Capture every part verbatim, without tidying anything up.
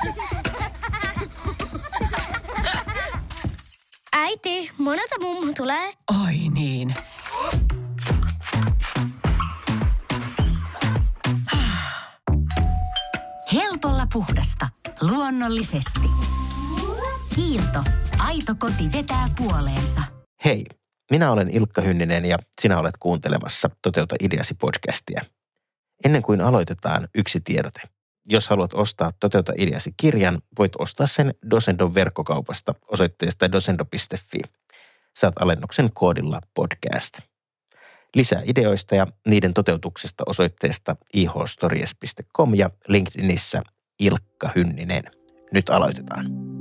Äiti, monelta mummu tulee? Oi niin. Helpolla puhdasta. Luonnollisesti. Kiilto. Aito koti vetää puoleensa. Hei, minä olen Ilkka Hynninen ja sinä olet kuuntelemassa Toteuta ideasi podcastia. Ennen kuin aloitetaan, yksi tiedote. Jos haluat ostaa Toteuta ideasi kirjan, voit ostaa sen Dosendon verkkokaupasta osoitteesta dosendo piste fi. Saat alennuksen koodilla podcast. Lisää ideoista ja niiden toteutuksesta osoitteesta i h stories piste com ja LinkedInissä Ilkka Hynninen. Nyt aloitetaan.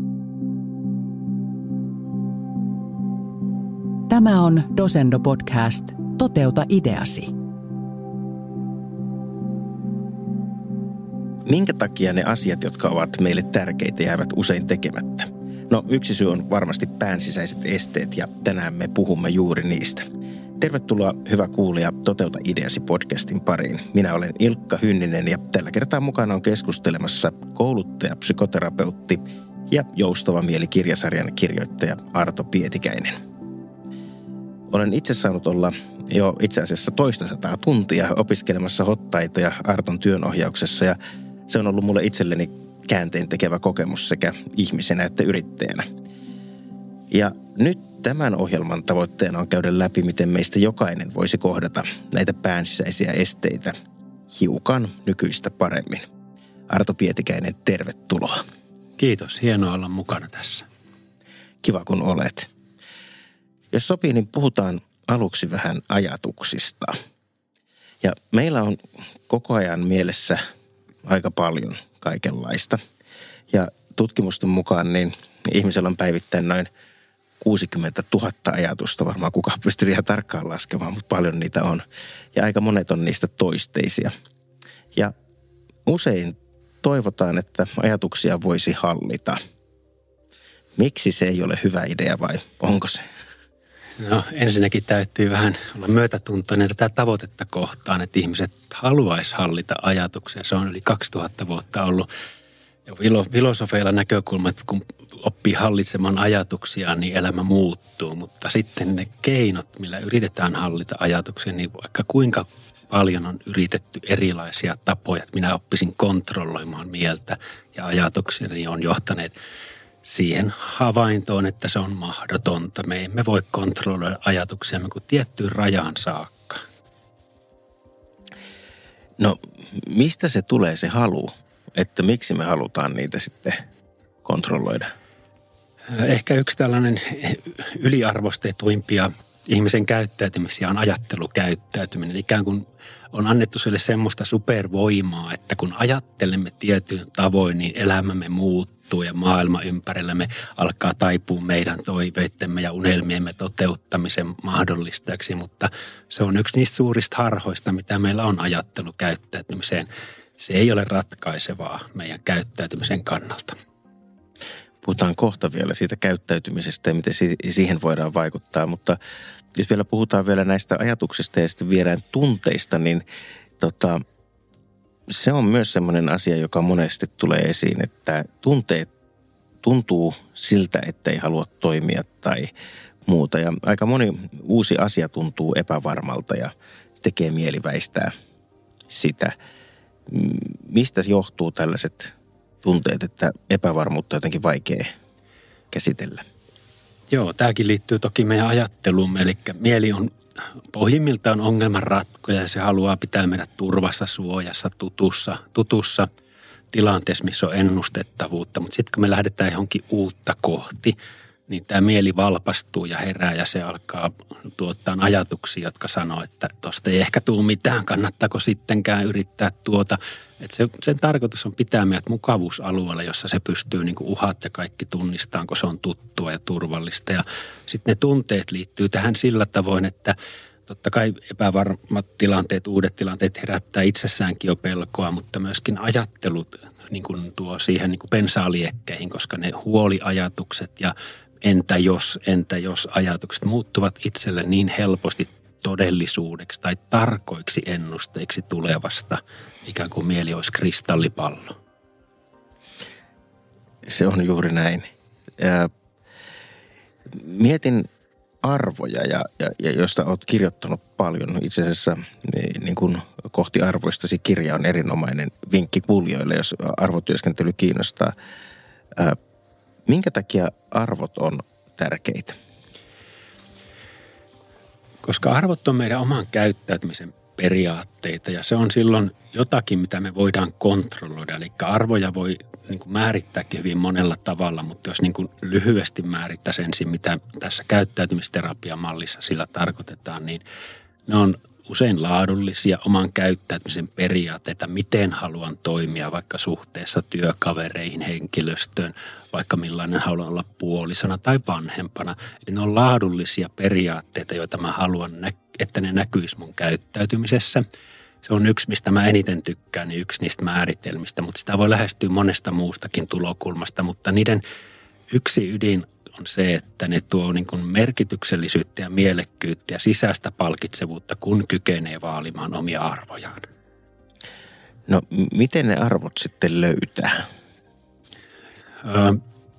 Tämä on Dosendo podcast. Toteuta ideasi. Minkä takia ne asiat, jotka ovat meille tärkeitä, jäävät usein tekemättä? No, yksi syy on varmasti päänsisäiset esteet ja tänään me puhumme juuri niistä. Tervetuloa hyvä kuulija Toteuta ideasi podcastin pariin. Minä olen Ilkka Hynninen ja tällä kertaa mukana on keskustelemassa kouluttaja, psykoterapeutti ja Joustava mieli -kirjasarjan kirjoittaja Arto Pietikäinen. Olen itse saanut olla jo itse asiassa toista sataa tuntia opiskelemassa hottaitoja Arton työnohjauksessa ja se on ollut mulle itselleni käänteen tekevä kokemus sekä ihmisenä että yrittäjänä. Ja nyt tämän ohjelman tavoitteena on käydä läpi, miten meistä jokainen voisi kohdata näitä päänsisäisiä esteitä hiukan nykyistä paremmin. Arto Pietikäinen, tervetuloa. Kiitos, hienoa olla mukana tässä. Kiva kun olet. Jos sopii, niin puhutaan aluksi vähän ajatuksista. Ja meillä on koko ajan mielessä aika paljon kaikenlaista. Ja tutkimusten mukaan niin ihmisellä on päivittäin noin kuusikymmentätuhatta ajatusta. Varmaan kukaan pystyy ihan tarkkaan laskemaan, mutta paljon niitä on. Ja aika monet on niistä toisteisia. Ja usein toivotaan, että ajatuksia voisi hallita. Miksi se ei ole hyvä idea vai onko se? No ensinnäkin täytyy vähän olla myötätuntoinen tätä tavoitetta kohtaan, että ihmiset haluaisi hallita ajatuksia. Se on yli kaksituhatta vuotta ollut filosofeilla näkökulma, että kun oppii hallitsemaan ajatuksia, niin elämä muuttuu. Mutta sitten ne keinot, millä yritetään hallita ajatuksia, niin vaikka kuinka paljon on yritetty erilaisia tapoja, että minä oppisin kontrolloimaan mieltä ja ajatuksia, niin on johtaneet siihen havaintoon, että se on mahdotonta. Me emme voi kontrolloida ajatuksiamme kuin tiettyyn rajaan saakka. No, mistä se tulee se halu? Että miksi me halutaan niitä sitten kontrolloida? Ehkä yksi tällainen yliarvostetuimpia ihmisen käyttäytymisiä on ajattelukäyttäytyminen. Ikään kuin on annettu sille semmoista supervoimaa, että kun ajattelemme tietyn tavoin, niin elämämme muuttuu ja maailma ympärillämme alkaa taipua meidän toiveittemme ja unelmiemme toteuttamisen mahdollistajaksi. Mutta se on yksi niistä suurista harhoista, mitä meillä on ajattelukäyttäytymiseen. Se ei ole ratkaisevaa meidän käyttäytymisen kannalta. Puhutaan kohta vielä siitä käyttäytymisestä ja miten siihen voidaan vaikuttaa, mutta jos vielä puhutaan vielä näistä ajatuksista ja sitten viedään tunteista, niin tota, se on myös semmoinen asia, joka monesti tulee esiin, että tunteet tuntuu siltä, että ei halua toimia tai muuta. Ja aika moni uusi asia tuntuu epävarmalta ja tekee mieli väistää sitä. Mistä johtuu tällaiset tunteet, että epävarmuutta on jotenkin vaikea käsitellä? Joo, tämäkin liittyy toki meidän ajatteluun. Eli mieli on pohjimmiltaan ongelman ratkoja ja se haluaa pitää meidät turvassa, suojassa, tutussa, tutussa tilanteessa, missä on ennustettavuutta. Mutta sitten kun me lähdetään johonkin uutta kohti, niin tämä mieli valpastuu ja herää ja se alkaa tuottaa ajatuksia, jotka sanoo, että tuosta ei ehkä tule mitään, kannattaako sittenkään yrittää tuota. Että se, sen tarkoitus on pitää meidät mukavuusalueella, jossa se pystyy niin kuin uhat ja kaikki tunnistamaan, kun se on tuttua ja turvallista. Ja sitten ne tunteet liittyy tähän sillä tavoin, että totta kai epävarmat tilanteet, uudet tilanteet herättää itsessäänkin jo pelkoa, mutta myöskin ajattelut niin kuin tuo siihen niin kuin pensaaliekkeihin, koska ne huoliajatukset ja entä jos, entä jos ajatukset muuttuvat itselle niin helposti todellisuudeksi tai tarkoiksi ennusteiksi tulevasta, ikään kuin mieli olisi kristallipallo. Se on juuri näin. Ja mietin arvoja, ja, ja, ja josta olet kirjoittanut paljon. Itse asiassa niin kuin kohti arvoistasi kirja on erinomainen vinkki kuulijoille, jos arvotyöskentely kiinnostaa. Ää, minkä takia arvot on tärkeitä? Koska arvot on meidän oman käyttäytymisen periaatteita ja se on silloin jotakin, mitä me voidaan kontrolloida. Eli arvoja voi niin kuin määrittääkin hyvin monella tavalla, mutta jos niin kuin lyhyesti määrittäisi ensin, mitä tässä käyttäytymisterapiamallissa sillä tarkoitetaan, niin ne on usein laadullisia oman käyttäytymisen periaatteita, miten haluan toimia vaikka suhteessa työkavereihin, henkilöstöön, vaikka millainen haluan olla puolisona tai vanhempana. Eli ne on laadullisia periaatteita, joita mä haluan, että ne näkyisi mun käyttäytymisessä. Se on yksi, mistä mä eniten tykkään, niin yksi niistä määritelmistä, mutta sitä voi lähestyä monesta muustakin tulokulmasta, mutta niiden yksi ydin on se, että ne tuo niin kuin merkityksellisyyttä ja mielekkyyttä ja sisäistä palkitsevuutta, kun kykenee vaalimaan omia arvojaan. No, miten ne arvot sitten löytää? Öö,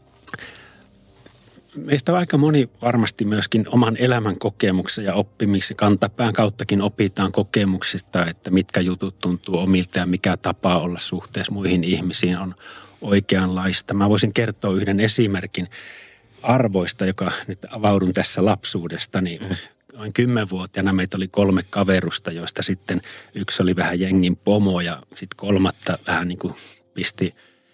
meistä aika moni varmasti myöskin oman elämän kokemuksen ja oppimisen kantapään kauttakin opitaan kokemuksista, että mitkä jutut tuntuu omilta ja mikä tapa olla suhteessa muihin ihmisiin on oikeanlaista. Mä voisin kertoa yhden esimerkin arvoista, joka nyt avaudun tässä lapsuudesta, niin noin kymmenvuotiaana meitä oli kolme kaverusta, joista sitten yksi oli vähän jengin pomo ja sitten kolmatta vähän niin kuin pisti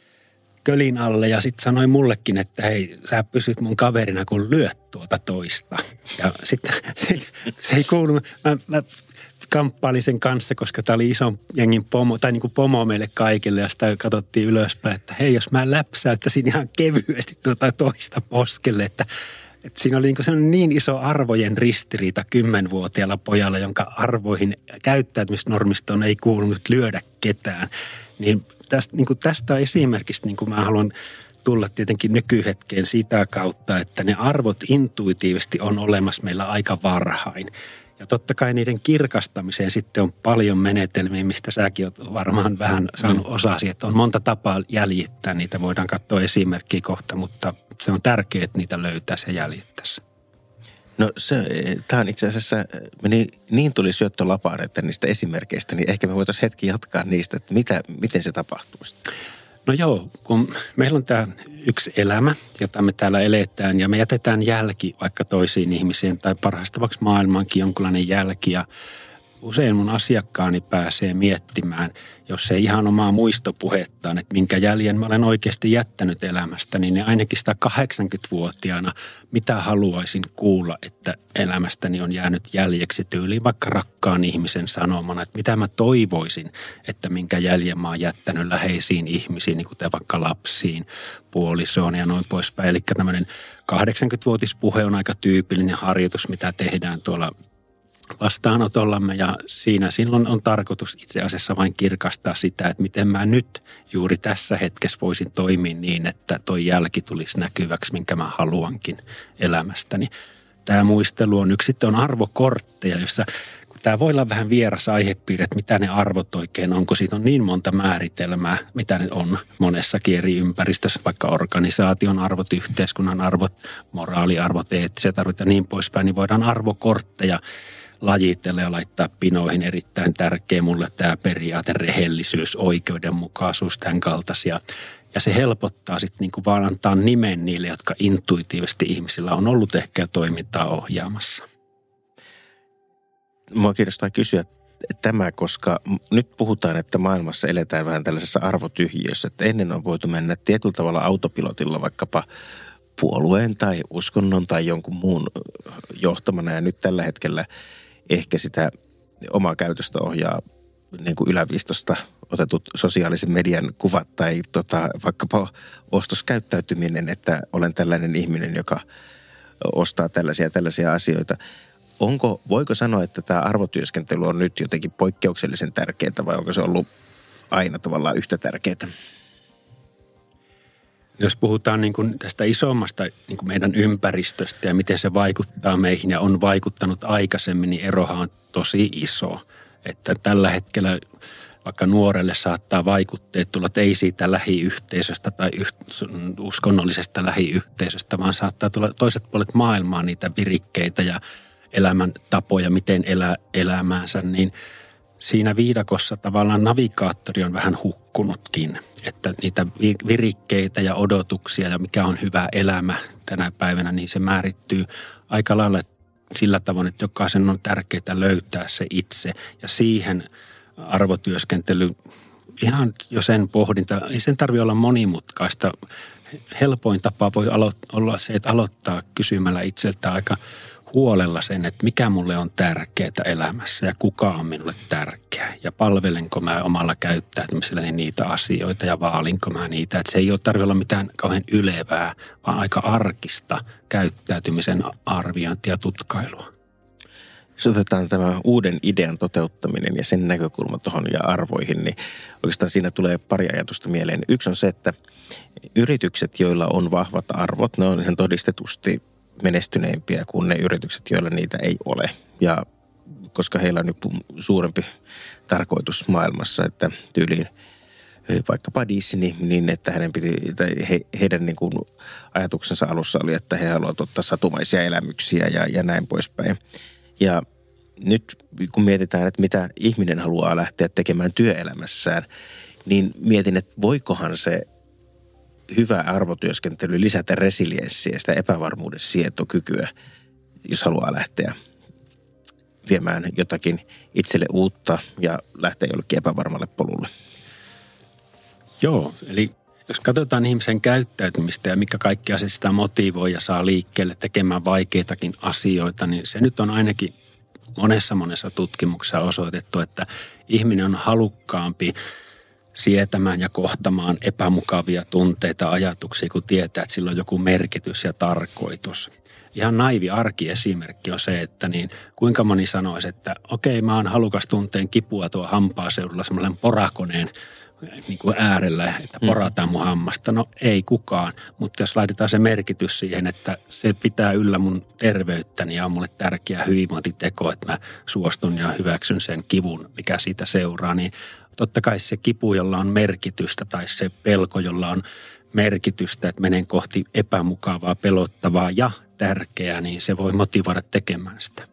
kölin alle ja sitten sanoi mullekin, että hei, sä pysyt mun kaverina, kun lyöt tuota toista. Ja sitten sit, se ei kuulu, mä, mä kamppailin sen kanssa, koska tämä oli ison jengin pomo, tai niin kuin pomo meille kaikille ja sitä katsottiin ylöspäin, että hei, jos mä läpsäyttäisin ihan kevyesti tuota toista poskelle, että, että siinä oli niin, kuin niin iso arvojen ristiriita kymmenvuotiaalla pojalla, jonka arvoihin käyttäytymisnormistoon ei kuulunut lyödä ketään. Niin tästä, niin kuin tästä esimerkistä niin kuin mä haluan tulla tietenkin nykyhetkeen sitä kautta, että ne arvot intuitiivisesti on olemassa meillä aika varhain. Ja totta kai niiden kirkastamiseen sitten on paljon menetelmiä, mistä säkin olet varmaan vähän saanut osasi, että on monta tapaa jäljittää. Niitä voidaan katsoa esimerkkiä kohta, mutta se on tärkeää, että niitä löytäisi ja jäljittäisi. No se, tämä on itse asiassa, meni niin tuli syöttö lapaan, että niistä esimerkkeistä, niin ehkä me voitaisiin hetki jatkaa niistä, että mitä, miten se tapahtuu sitten. No joo, kun meillä on tämä yksi elämä, jota me täällä eletään ja me jätetään jälki vaikka toisiin ihmisiin tai parhaasta vaikka maailmankin jonkinlainen jälki ja usein mun asiakkaani pääsee miettimään, jos ei ihan omaa muistopuhettaan, että minkä jäljen mä olen oikeasti jättänyt elämästä, niin ne ainakin sitä kahdeksankymmentävuotiaana, mitä haluaisin kuulla, että elämästäni on jäänyt jäljeksi tyyliin vaikka rakkaan ihmisen sanomana, että mitä mä toivoisin, että minkä jäljen mä oon jättänyt läheisiin ihmisiin, kuten vaikka lapsiin, puolisoon ja noin poispäin. Eli tämmöinen kahdeksankymmentävuotispuhe on aika tyypillinen harjoitus, mitä tehdään tuolla vastaanotollamme ja siinä silloin on tarkoitus itse asiassa vain kirkastaa sitä, että miten mä nyt juuri tässä hetkessä voisin toimia niin, että toi jälki tulisi näkyväksi, minkä mä haluankin elämästäni. Tämä muistelu on yksi sitten on arvokortteja, jossa tämä voi olla vähän vieras aihepiiri, että mitä ne arvot oikein on, kun siitä on niin monta määritelmää, mitä ne on monessakin eri ympäristössä, vaikka organisaation arvot, yhteiskunnan arvot, moraaliarvot, eettiset arvot ja niin poispäin, niin voidaan arvokortteja lajitella ja laittaa pinoihin. Erittäin tärkeä mulle tämä periaate, rehellisyys, oikeudenmukaisuus, tämän kaltaisia. Ja se helpottaa sitten niin kuin vaan antaa nimen niille, jotka intuitiivisesti ihmisillä on ollut ehkä toimintaa ohjaamassa. Mua kiinnostaa kysyä tämä, koska nyt puhutaan, että maailmassa eletään vähän tällaisessa arvotyhjiössä, että ennen on voitu mennä tietyllä tavalla autopilotilla vaikkapa puolueen tai uskonnon tai jonkun muun johtamana ja nyt tällä hetkellä ehkä sitä omaa käytöstä ohjaa niin kuin yläviistosta otetut sosiaalisen median kuvat tai tota, vaikkapa ostoskäyttäytyminen, että olen tällainen ihminen, joka ostaa tällaisia tällaisia asioita. Onko, voiko sanoa, että tämä arvotyöskentely on nyt jotenkin poikkeuksellisen tärkeää vai onko se ollut aina tavallaan yhtä tärkeää? Jos puhutaan niin kuin tästä isommasta niin kuin meidän ympäristöstä ja miten se vaikuttaa meihin ja on vaikuttanut aikaisemmin, niin erohan on tosi iso. Että tällä hetkellä vaikka nuorelle saattaa vaikutteet tulla, että ei siitä lähiyhteisöstä tai uskonnollisesta lähiyhteisöstä, vaan saattaa tulla toiset puolet maailmaa niitä virikkeitä ja elämäntapoja, miten elää elämäänsä, niin siinä viidakossa tavallaan navigaattori on vähän hukkunutkin, että niitä virikkeitä ja odotuksia ja mikä on hyvä elämä tänä päivänä, niin se määrittyy aika lailla sillä tavoin, että jokaisen on tärkeää löytää se itse ja siihen arvotyöskentely, ihan jo sen pohdinta, ei sen tarvitse olla monimutkaista. Helpoin tapa voi alo- olla se, että aloittaa kysymällä itseltä aika huolella sen, että mikä mulle on tärkeää elämässä ja kuka on minulle tärkeä. Ja palvelenko mä omalla käyttäytymiselläni niitä asioita ja vaalinko mä niitä. Että se ei ole tarvitse olla mitään kauhean ylevää, vaan aika arkista käyttäytymisen arviointia ja tutkailua. Jos otetaan tämä uuden idean toteuttaminen ja sen näkökulma tuohon ja arvoihin, niin oikeastaan siinä tulee pari ajatusta mieleen. Yksi on se, että yritykset, joilla on vahvat arvot, ne on ihan todistetusti menestyneempiä kuin ne yritykset, joilla niitä ei ole. Ja koska heillä on nyt suurempi tarkoitus maailmassa, että tyyliin vaikkapa Disney, niin että hänen piti, tai he, heidän niin kuin ajatuksensa alussa oli, että he haluavat ottaa satumaisia elämyksiä ja, ja näin poispäin. Ja nyt kun mietitään, että mitä ihminen haluaa lähteä tekemään työelämässään, niin mietin, että voikohan se hyvä arvotyöskentely lisätä resilienssiä, sitä epävarmuuden sietokykyä, jos haluaa lähteä viemään jotakin itselle uutta ja lähteä jollekin epävarmalle polulle. Joo, eli jos katsotaan ihmisen käyttäytymistä ja mikä kaikki asia sitä motivoi ja saa liikkeelle tekemään vaikeitakin asioita, niin se nyt on ainakin monessa monessa tutkimuksessa osoitettu, että ihminen on halukkaampi sietämään ja kohtamaan epämukavia tunteita, ajatuksia, kun tietää, että sillä on joku merkitys ja tarkoitus. Ihan naivi arkiesimerkki on se, että niin kuinka moni sanoisi, että okei, mä oon halukas tunteen kipua tuo hampaaseudulla semmoisen porakoneen niin kuin äärellä, että porataan mun hammasta. No ei kukaan, mutta jos laitetaan se merkitys siihen, että se pitää yllä mun terveyttäni ja on mulle tärkeä hyvinvointiteko, että mä suostun ja hyväksyn sen kivun, mikä siitä seuraa, niin totta kai se kipu, jolla on merkitystä tai se pelko, jolla on merkitystä, että menen kohti epämukavaa, pelottavaa ja tärkeää, niin se voi motivoida tekemään sitä.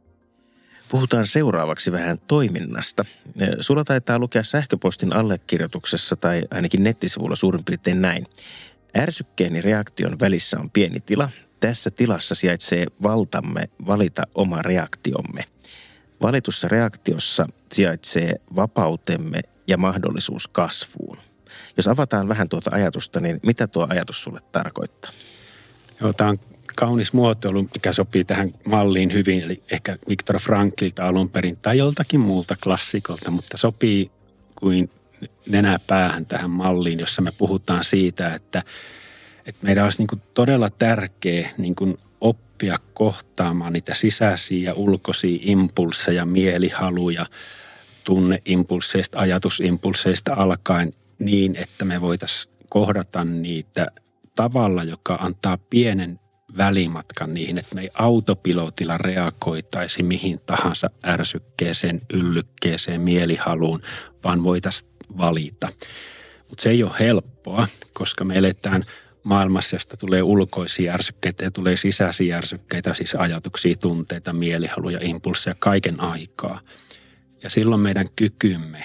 Puhutaan seuraavaksi vähän toiminnasta. Sulla taitaa lukea sähköpostin allekirjoituksessa tai ainakin nettisivulla suurin piirtein näin. Ärsykkeen ja reaktion välissä on pieni tila. Tässä tilassa sijaitsee valtamme valita oma reaktiomme. Valitussa reaktiossa sijaitsee vapautemme ja mahdollisuus kasvuun. Jos avataan vähän tuota ajatusta, niin mitä tuo ajatus sulle tarkoittaa? Joo, tämä on kaunis muotoilu, mikä sopii tähän malliin hyvin, eli ehkä Viktor Franklilta alun perin tai joltakin muulta klassikolta, mutta sopii kuin nenä päähän tähän malliin, jossa me puhutaan siitä, että, että meidän olisi niin kuin todella tärkeä niin kuin oppia kohtaamaan niitä sisäisiä ja ulkoisia impulseja, mielihaluja, tunneimpulseista, ajatusimpulseista alkaen niin, että me voitaisiin kohdata niitä tavalla, joka antaa pienen välimatkan niihin, että me ei autopilotilla reagoitaisi mihin tahansa ärsykkeeseen, yllykkeeseen, mielihaluun, vaan voitaisiin valita. Mutta se ei ole helppoa, koska me eletään maailmassa, josta tulee ulkoisia ärsykkeitä ja tulee sisäisiä ärsykkeitä, siis ajatuksia, tunteita, mielihaluja, impulsseja kaiken aikaa. Ja silloin meidän kykymme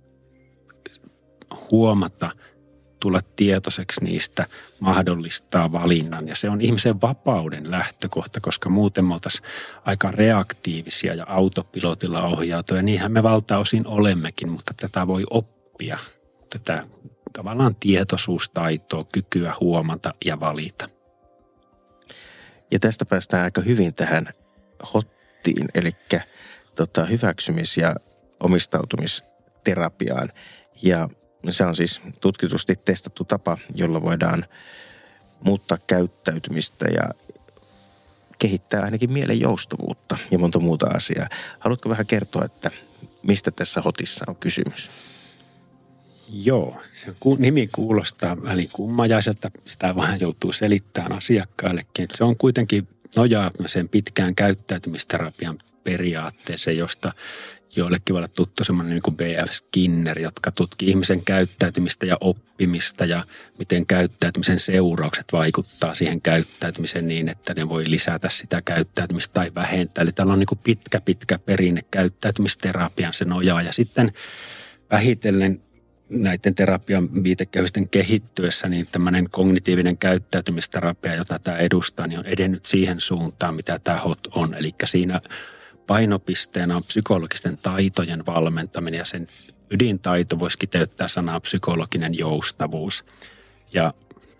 huomata, tulla tietoiseksi niistä, mahdollistaa valinnan. Ja se on ihmisen vapauden lähtökohta, koska muuten me oltaisiin aika reaktiivisia ja autopilotilla ohjautuja. Niinhän me valtaosin olemmekin, mutta tätä voi oppia. Tätä tavallaan tietoisuustaitoa, kykyä huomata ja valita. Ja tästä päästään aika hyvin tähän hottiin, eli tota, hyväksymis- ja omistautumisterapiaan. Ja se on siis tutkitusti testattu tapa, jolla voidaan muuttaa käyttäytymistä ja kehittää ainakin mielen joustavuutta ja monta muuta asiaa. Haluatko vähän kertoa, että mistä tässä hotissa on kysymys? Joo, se nimi kuulostaa välikummajaiselta. Sitä vähän joutuu selittämään asiakkaillekin. Se on kuitenkin nojaa sen pitkään käyttäytymisterapian periaatteeseen, josta joillekin voi olla tuttu semmoinen niin kuin B F Skinner, jotka tutkii ihmisen käyttäytymistä ja oppimista ja miten käyttäytymisen seuraukset vaikuttaa siihen käyttäytymiseen niin, että ne voi lisätä sitä käyttäytymistä tai vähentää. Eli täällä on niin kuin pitkä, pitkä perinne käyttäytymisterapian se nojaa ja sitten vähitellen näiden terapian viitekehysten kehittyessä, niin tämmöinen kognitiivinen käyttäytymisterapia, jota tämä edustaa, niin on edennyt siihen suuntaan, mitä tämä H O T on. Eli siinä painopisteenä on psykologisten taitojen valmentaminen ja sen ydintaito voisi kiteyttää sanaa psykologinen joustavuus. Ja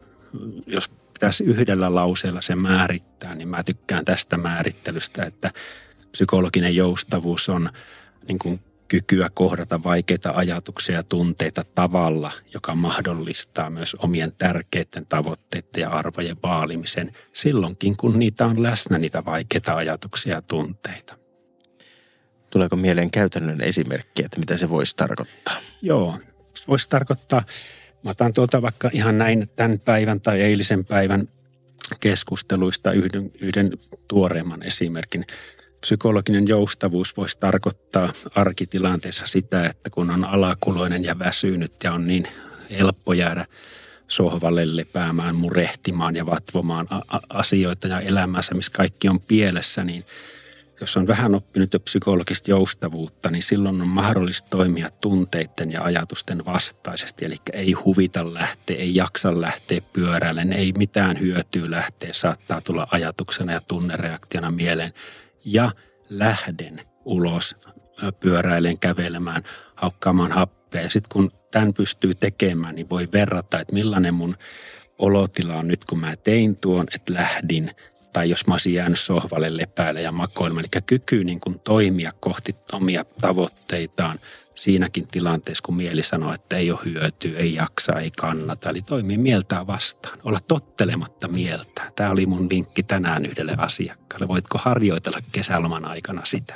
jos pitäisi yhdellä lauseella se määrittää, niin mä tykkään tästä määrittelystä, että psykologinen joustavuus on niin kuin kykyä kohdata vaikeita ajatuksia ja tunteita tavalla, joka mahdollistaa myös omien tärkeiden tavoitteiden ja arvojen vaalimisen silloinkin, kun niitä on läsnä, niitä vaikeita ajatuksia ja tunteita. Tuleeko mieleen käytännön esimerkkiä, että mitä se voisi tarkoittaa? Joo, se voisi tarkoittaa, mä otan tuolta vaikka ihan näin tämän päivän tai eilisen päivän keskusteluista yhden, yhden tuoreemman esimerkin. Psykologinen joustavuus voisi tarkoittaa arkitilanteessa sitä, että kun on alakuloinen ja väsynyt ja on niin helppo jäädä sohvalle lepäämään, murehtimaan ja vatvomaan a- asioita ja elämässä, missä kaikki on pielessä, niin jos on vähän oppinut jo psykologista joustavuutta, niin silloin on mahdollista toimia tunteiden ja ajatusten vastaisesti. Eli ei huvita lähteä, ei jaksa lähteä pyöräillen, ei mitään hyötyä lähteä, saattaa tulla ajatuksena ja tunnereaktiona mieleen. Ja lähden ulos pyöräilen, kävelemään, haukkaamaan happea. Ja sitten kun tämän pystyy tekemään, niin voi verrata, että millainen mun olotila on nyt, kun mä tein tuon, että lähdin. Tai jos mä olisin jäänyt sohvalle lepäälle ja makoilemaan. Eli kyky niin kuin toimia kohti omia tavoitteitaan siinäkin tilanteessa, kun mieli sanoo, että ei ole hyötyä, ei jaksa, ei kannata. Eli toimii mieltään vastaan. Olla tottelematta mieltä. Tämä oli mun vinkki tänään yhdelle asiakkaalle. Voitko harjoitella kesäloman aikana sitä?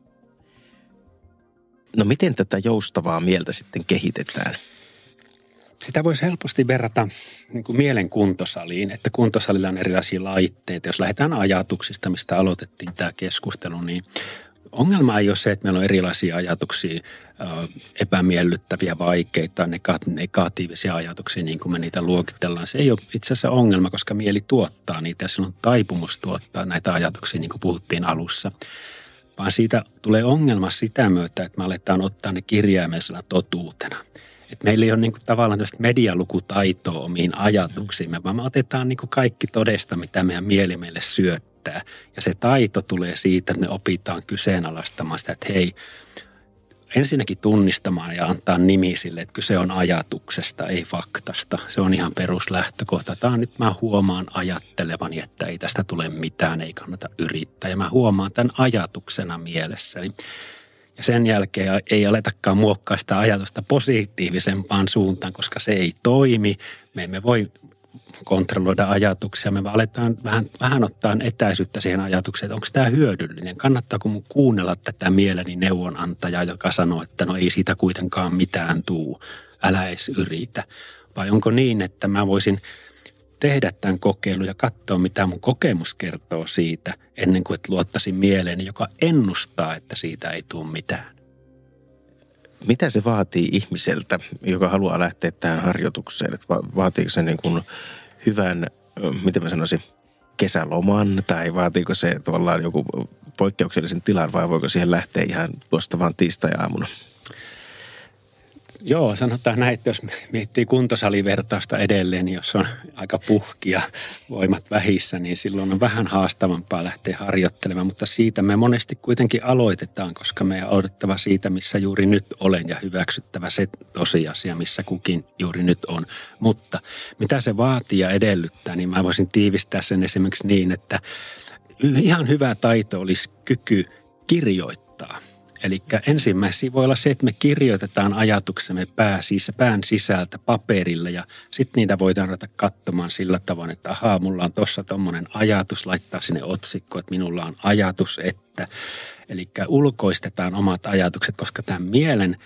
No miten tätä joustavaa mieltä sitten kehitetään? Sitä voisi helposti verrata niin kuin mielen kuntosaliin, että kuntosalilla on erilaisia laitteita. Jos lähdetään ajatuksista, mistä aloitettiin tämä keskustelu, niin ongelma ei ole se, että meillä on erilaisia ajatuksia, epämiellyttäviä, vaikeita, negatiivisia ajatuksia, niin kuin me niitä luokitellaan. Se ei ole itse asiassa ongelma, koska mieli tuottaa niitä ja silloin taipumus tuottaa näitä ajatuksia, niin kuin puhuttiin alussa. Vaan siitä tulee ongelma sitä myötä, että me aletaan ottaa ne kirjaimellisena totuutena. Että meillä ei ole niin kuin tavallaan tästä medialukutaitoa omiin ajatuksiimme, vaan me otetaan niin kuin kaikki todesta, mitä meidän mieli meille syöttää. Ja se taito tulee siitä, että me opitaan kyseenalaistamaan sitä, että hei, ensinnäkin tunnistamaan ja antaa nimi sille, että kyse on ajatuksesta, ei faktasta. Se on ihan peruslähtökohta. Tämä nyt mä huomaan ajattelevani, että ei tästä tule mitään, ei kannata yrittää. Ja mä huomaan tämän ajatuksena mielessäni. Ja sen jälkeen ei aletakaan muokkaa sitä ajatusta positiivisempaan suuntaan, koska se ei toimi. Me emme voi kontrolloida ajatuksia. Me aletaan vähän, vähän ottaa etäisyyttä siihen ajatukseen, että onko tämä hyödyllinen. Kannattaako mun kuunnella tätä mieleni neuvonantajaa, joka sanoo, että no ei siitä kuitenkaan mitään tuu. Älä edes yritä. Vai onko niin, että mä voisin tehdä tämän kokeilun ja katsoa, mitä mun kokemus kertoo siitä, ennen kuin luottaisin mieleeni, joka ennustaa, että siitä ei tule mitään. Mitä se vaatii ihmiseltä, joka haluaa lähteä tähän harjoitukseen? Että vaatiiko se niin kuin hyvän, miten mä sanoisin, kesäloman, tai vaatiiko se tavallaan joku poikkeuksellisen tilan, vai voiko siihen lähteä ihan tuosta vaan tiistai-aamuna? Joo, sanotaan näin, että jos miettii kuntosalivertausta edelleen, niin jos on aika puhkia voimat vähissä, niin silloin on vähän haastavampaa lähteä harjoittelemaan. Mutta siitä me monesti kuitenkin aloitetaan, koska me on odotettava siitä, missä juuri nyt olen ja hyväksyttävä se tosiasia, missä kukin juuri nyt on. Mutta mitä se vaatii ja edellyttää, niin mä voisin tiivistää sen esimerkiksi niin, että ihan hyvä taito olisi kyky kirjoittaa. Eli ensimmäisenä voi olla se, että me kirjoitetaan ajatuksemme pää, siis pään sisältä paperille ja sitten niitä voidaan ruveta katsomaan sillä tavoin, että ahaa, mulla on tuossa tommonen ajatus, laittaa sinne otsikko, että minulla on ajatus, että. Eli ulkoistetaan omat ajatukset, koska tämän mielen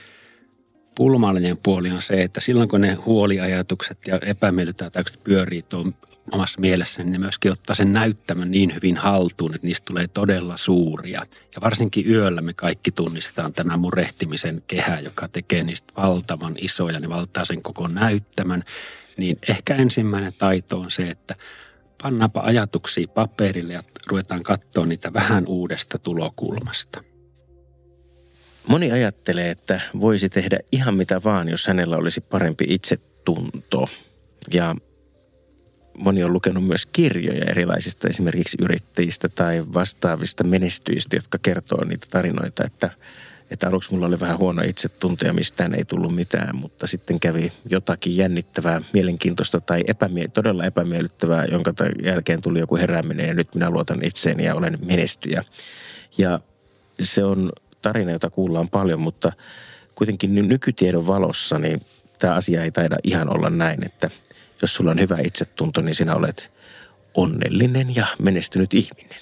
pulmallinen puoli on se, että silloin kun ne huoliajatukset ja epämiellyttävät ajatukset pyörii tuon omassa mielessäni, niin myöskin ottaa sen näyttämön niin hyvin haltuun, että niistä tulee todella suuria. Ja varsinkin yöllä me kaikki tunnistetaan tämä murehtimisen kehä, joka tekee niistä valtavan isoja, ne valtaa sen koko näyttämön. Niin ehkä ensimmäinen taito on se, että pannaanpa ajatuksia paperille ja ruvetaan katsoa niitä vähän uudesta tulokulmasta. Moni ajattelee, että voisi tehdä ihan mitä vaan, jos hänellä olisi parempi itsetunto. Ja moni on lukenut myös kirjoja erilaisista esimerkiksi yrittäjistä tai vastaavista menestyjistä, jotka kertoo niitä tarinoita, että, että aluksi mulla oli vähän huono itsetunto ja mistään ei tullut mitään, mutta sitten kävi jotakin jännittävää, mielenkiintoista tai epämie- todella epämiellyttävää, jonka jälkeen tuli joku herääminen ja nyt minä luotan itseeni ja olen menestyjä. Ja se on tarina, jota kuullaan paljon, mutta kuitenkin nykytiedon valossa niin tämä asia ei taida ihan olla näin, että jos sulla on hyvä itsetunto, niin sinä olet onnellinen ja menestynyt ihminen.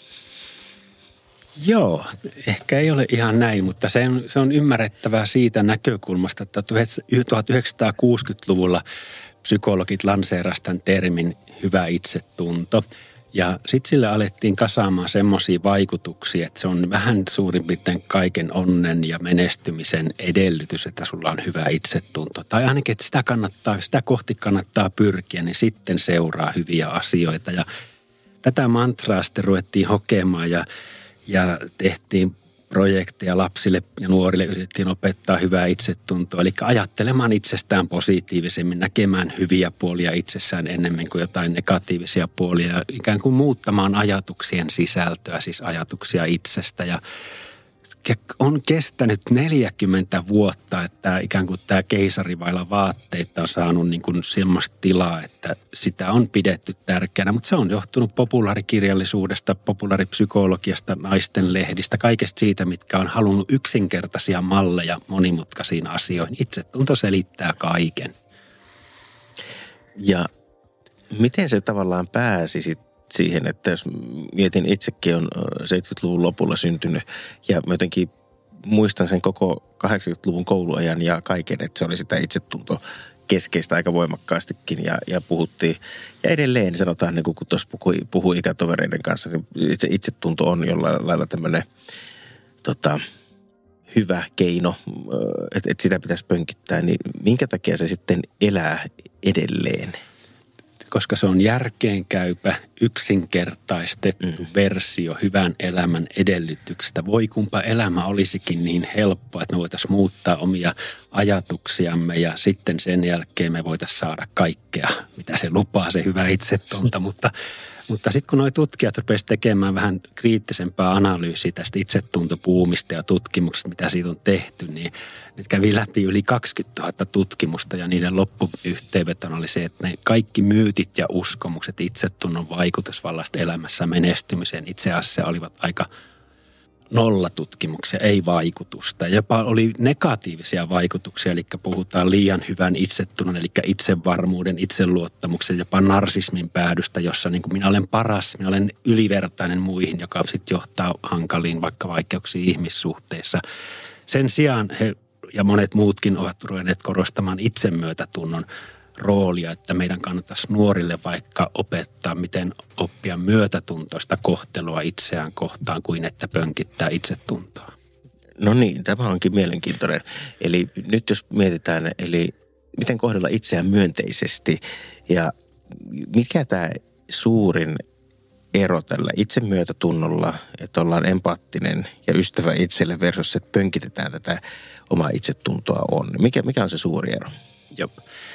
Joo, ehkä ei ole ihan näin, mutta se on, se on ymmärrettävää siitä näkökulmasta, että tuhatyhdeksänsataakuusikymmentäluvulla psykologit lanseerasivat tämän termin hyvä itsetunto. Ja sitten sille alettiin kasaamaan semmoisia vaikutuksia, että se on vähän suurin piirtein kaiken onnen ja menestymisen edellytys, että sulla on hyvä itsetunto. Tai ainakin, että sitä, kannattaa, sitä kohti kannattaa pyrkiä, niin sitten seuraa hyviä asioita. Ja tätä mantraa sitten ruvettiin hokemaan ja, ja tehtiin projekteja lapsille ja nuorille, yritettiin opettaa hyvää itsetuntoa. Eli ajattelemaan itsestään positiivisemmin, näkemään hyviä puolia itsessään enemmän kuin jotain negatiivisia puolia. Ikään kuin muuttamaan ajatuksien sisältöä, siis ajatuksia itsestä. Ja on kestänyt neljäkymmentä vuotta, että ikään kuin tämä keisari vailla vaatteita on saanut niin kuin semmoista tilaa, että sitä on pidetty tärkeänä. Mutta se on johtunut populaarikirjallisuudesta, populaaripsykologiasta, naisten lehdistä, kaikesta siitä, mitkä on halunnut yksinkertaisia malleja monimutkaisiin asioihin. Itsetunto selittää kaiken. Ja miten se tavallaan pääsi sitten siihen, että jos mietin itsekin on seitsemänkymmentäluvun lopulla syntynyt ja mä jotenkin muistan sen koko kahdeksankymmentäluvun kouluajan ja kaiken, että se oli sitä itsetunto keskeistä aika voimakkaastikin ja, ja puhuttiin. Ja edelleen sanotaan, niin kun tuossa puhui, puhui ikätovereiden kanssa, niin itse, itsetunto on jollain lailla tämmöinen tota, hyvä keino, että, että sitä pitäisi pönkittää, niin minkä takia se sitten elää edelleen? Koska se on järkeenkäypä, yksinkertaistettu mm. versio hyvän elämän edellytyksestä. Voi kumpa elämä olisikin niin helppoa, että me voitaisiin muuttaa omia ajatuksiamme ja sitten sen jälkeen me voitaisiin saada kaikkea, mitä se lupaa, se hyvä itsetunto. mutta mutta sitten kun nuo tutkijat rupesivat tekemään vähän kriittisempää analyysiä tästä itsetuntopuumista ja tutkimuksista, mitä siitä on tehty, niin nyt kävi läpi yli kaksikymmentätuhatta tutkimusta ja niiden loppuyhteenvetona oli se, että ne kaikki myytit ja uskomukset itsetunnon vaikutusvallasta elämässä menestymiseen itse asiassa olivat aika nollatutkimuksia, ei vaikutusta. Jopa oli negatiivisia vaikutuksia, eli puhutaan liian hyvän itsetunnon, eli itsevarmuuden, itseluottamuksen, jopa narsismin päädystä, jossa niin kuin minä olen paras, minä olen ylivertainen muihin, joka sitten johtaa hankaliin vaikka vaikeuksiin ihmissuhteissa. Sen sijaan he ja monet muutkin ovat ruvenneet korostamaan itsemyötätunnon roolia, että meidän kannattaisi nuorille vaikka opettaa, miten oppia myötätuntoista kohtelua itseään kohtaan, kuin että pönkittää itsetuntoa. No niin, tämä onkin mielenkiintoinen. Eli nyt jos mietitään, eli miten kohdella itseään myönteisesti ja mikä tämä suurin ero tällä itsemyötätunnolla, että ollaan empaattinen ja ystävä itselle versus, että pönkitetään tätä omaa itsetuntoa on. Mikä, mikä on se suuri ero? Jop.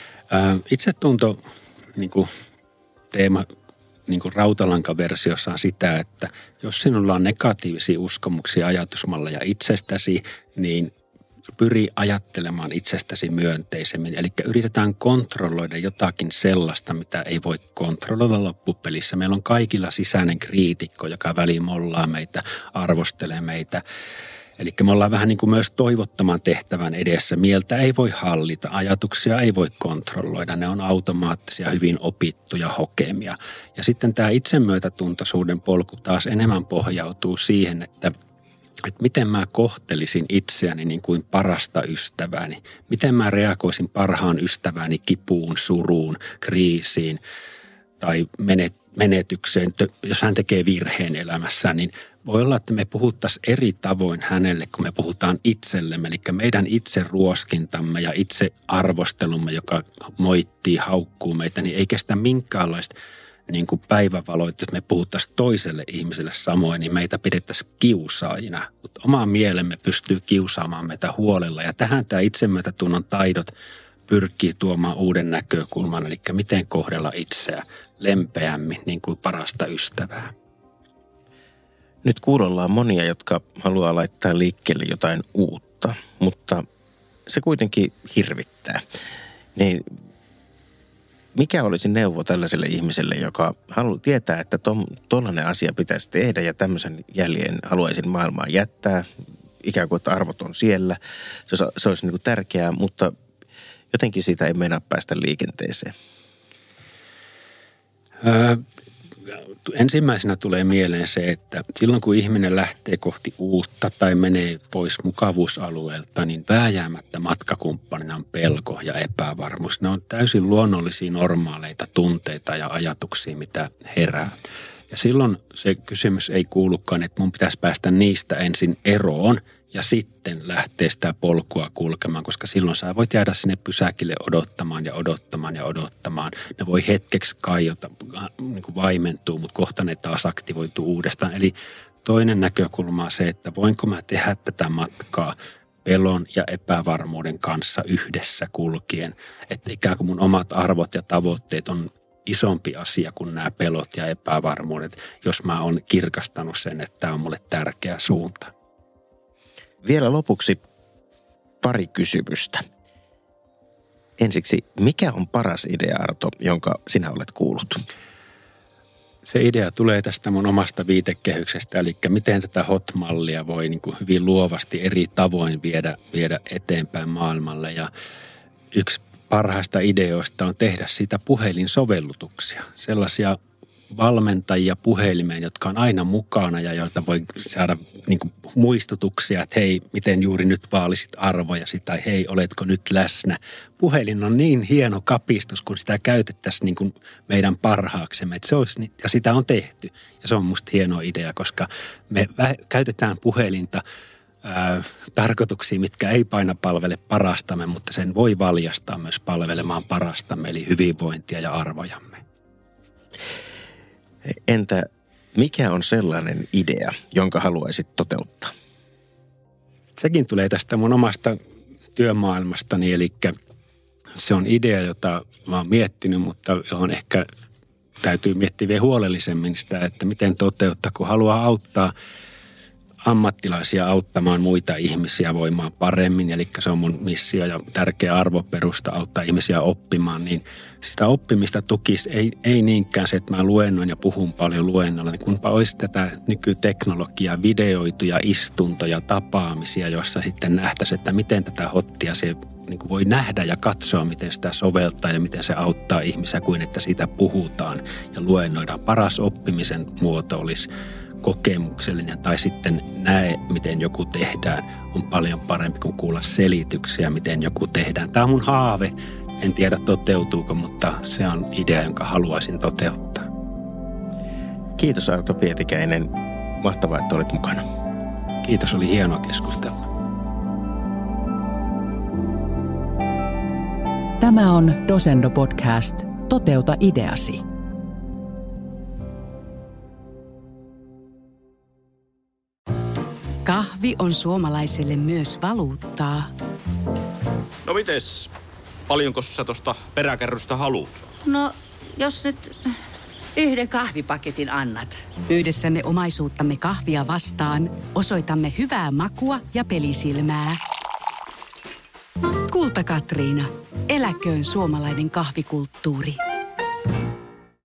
Itsetunto, niin kuin teema niin kuin rautalankaversiossa on sitä, että jos sinulla on negatiivisia uskomuksia, ajatusmalleja itsestäsi, niin pyri ajattelemaan itsestäsi myönteisemmin. Eli yritetään kontrolloida jotakin sellaista, mitä ei voi kontrolloida loppupelissä. Meillä on kaikilla sisäinen kriitikko, joka väliin mollaa meitä, arvostelee meitä. Eli me ollaan vähän niin kuin myös toivottoman tehtävän edessä. Mieltä ei voi hallita, ajatuksia ei voi kontrolloida. Ne on automaattisia, hyvin opittuja hokemia. Ja sitten tämä itsemyötätuntoisuuden polku taas enemmän pohjautuu siihen, että, että miten mä kohtelisin itseäni niin kuin parasta ystävääni. Miten mä reagoisin parhaan ystäväni kipuun, suruun, kriisiin. tai menetykseen, jos hän tekee virheen elämässään, niin voi olla, että me puhuttaisiin eri tavoin hänelle, kun me puhutaan itsellemme. Eli meidän itse ruoskintamme ja itse arvostelumme, joka moittii, haukkuu meitä, niin ei kestä minkäänlaista niin kuin päivävaloita, että me puhuttaisiin toiselle ihmiselle samoin, niin meitä pidettäisiin kiusaajina. Mutta oma mielemme pystyy kiusaamaan meitä huolella. Ja tähän tämä itsemyötätunnon taidot pyrkii tuomaan uuden näkökulman, eli miten kohdella itseä lempeämmin, niin kuin parasta ystävää. Nyt kuulolla on monia, jotka haluaa laittaa liikkeelle jotain uutta, mutta se kuitenkin hirvittää. Niin mikä olisi neuvo tällaiselle ihmiselle, joka haluaa tietää, että tuollainen asia pitäisi tehdä ja tämmöisen jäljen haluaisin maailmaan jättää, ikään kuin, että arvot on siellä. Se, se olisi niin kuin tärkeää, mutta jotenkin siitä ei meinaa päästä liikenteeseen. Öö, ensimmäisenä tulee mieleen se, että silloin kun ihminen lähtee kohti uutta tai menee pois mukavuusalueelta, niin vääjäämättä matkakumppanina on pelko ja epävarmuus. Ne on täysin luonnollisia, normaaleita tunteita ja ajatuksia, mitä herää. Ja silloin se kysymys ei kuulukaan, että mun pitäisi päästä niistä ensin eroon ja sitten lähtee sitä polkua kulkemaan, koska silloin sä voit jäädä sinne pysäkille odottamaan ja odottamaan ja odottamaan. Ne voi hetkeksi kaiota, niin kuin vaimentuu, mutta kohta ne taas aktivoituu uudestaan. Eli toinen näkökulma on se, että voinko mä tehdä tätä matkaa pelon ja epävarmuuden kanssa yhdessä kulkien. Että ikään kuin mun omat arvot ja tavoitteet on isompi asia kuin nämä pelot ja epävarmuudet, jos mä oon kirkastanut sen, että tämä on mulle tärkeä suunta. Vielä lopuksi pari kysymystä. Ensiksi, mikä on paras idea, Arto, jonka sinä olet kuullut? Se idea tulee tästä mun omasta viitekehyksestä, eli miten tätä hot-mallia voi niin kuin hyvin luovasti eri tavoin viedä, viedä eteenpäin maailmalle. Ja yksi parhaista ideoista on tehdä siitä puhelinsovellutuksia, sellaisia valmentajia puhelimeen, jotka on aina mukana ja joilta voi saada niin kuin muistutuksia, että hei, miten juuri nyt vaalisit arvojasi tai hei, oletko nyt läsnä. Puhelin on niin hieno kapistus, kun sitä käytettäisiin niin kuin meidän parhaaksemme. Että se olisi, ja sitä on tehty ja se on musta hieno idea, koska me käytetään puhelinta ää, tarkoituksia, mitkä ei paina palvele parastamme, mutta sen voi valjastaa myös palvelemaan parastamme, eli hyvinvointia ja arvojamme. Entä mikä on sellainen idea, jonka haluaisit toteuttaa? Sekin tulee tästä mun omasta työmaailmastani, eli se on idea, jota mä oon miettinyt, mutta johon ehkä täytyy miettiä vielä huolellisemmin sitä, että miten toteuttaa, kun haluaa auttaa ammattilaisia auttamaan muita ihmisiä voimaan paremmin, eli se on mun missio ja tärkeä arvoperusta auttaa ihmisiä oppimaan, niin sitä oppimista tukisi ei, ei niinkään se, että mä luennoin ja puhun paljon luennolla, niin kunpa olisi tätä nykyteknologiaa, videoituja istuntoja, tapaamisia, jossa sitten nähtäisiin, että miten tätä hottia se niin kuin voi nähdä ja katsoa, miten sitä soveltaa ja miten se auttaa ihmisiä, kuin että siitä puhutaan ja luennoidaan. Paras oppimisen muoto olisi kokemuksellinen tai sitten näe, miten joku tehdään, on paljon parempi kuin kuulla selityksiä, miten joku tehdään. Tämä on mun haave. En tiedä toteutuuko, mutta se on idea, jonka haluaisin toteuttaa. Kiitos Arto Pietikäinen. Mahtavaa, että olit mukana. Kiitos, oli hienoa keskustella. Tämä on Dosendo Podcast. Toteuta ideasi. Kahvi on suomalaiselle myös valuuttaa. No mites? Paljonko sä tosta peräkärrystä haluat? No, jos nyt yhden kahvipaketin annat. Yhdessämme omaisuuttamme kahvia vastaan osoitamme hyvää makua ja pelisilmää. Kulta Katriina. Eläköön suomalainen kahvikulttuuri.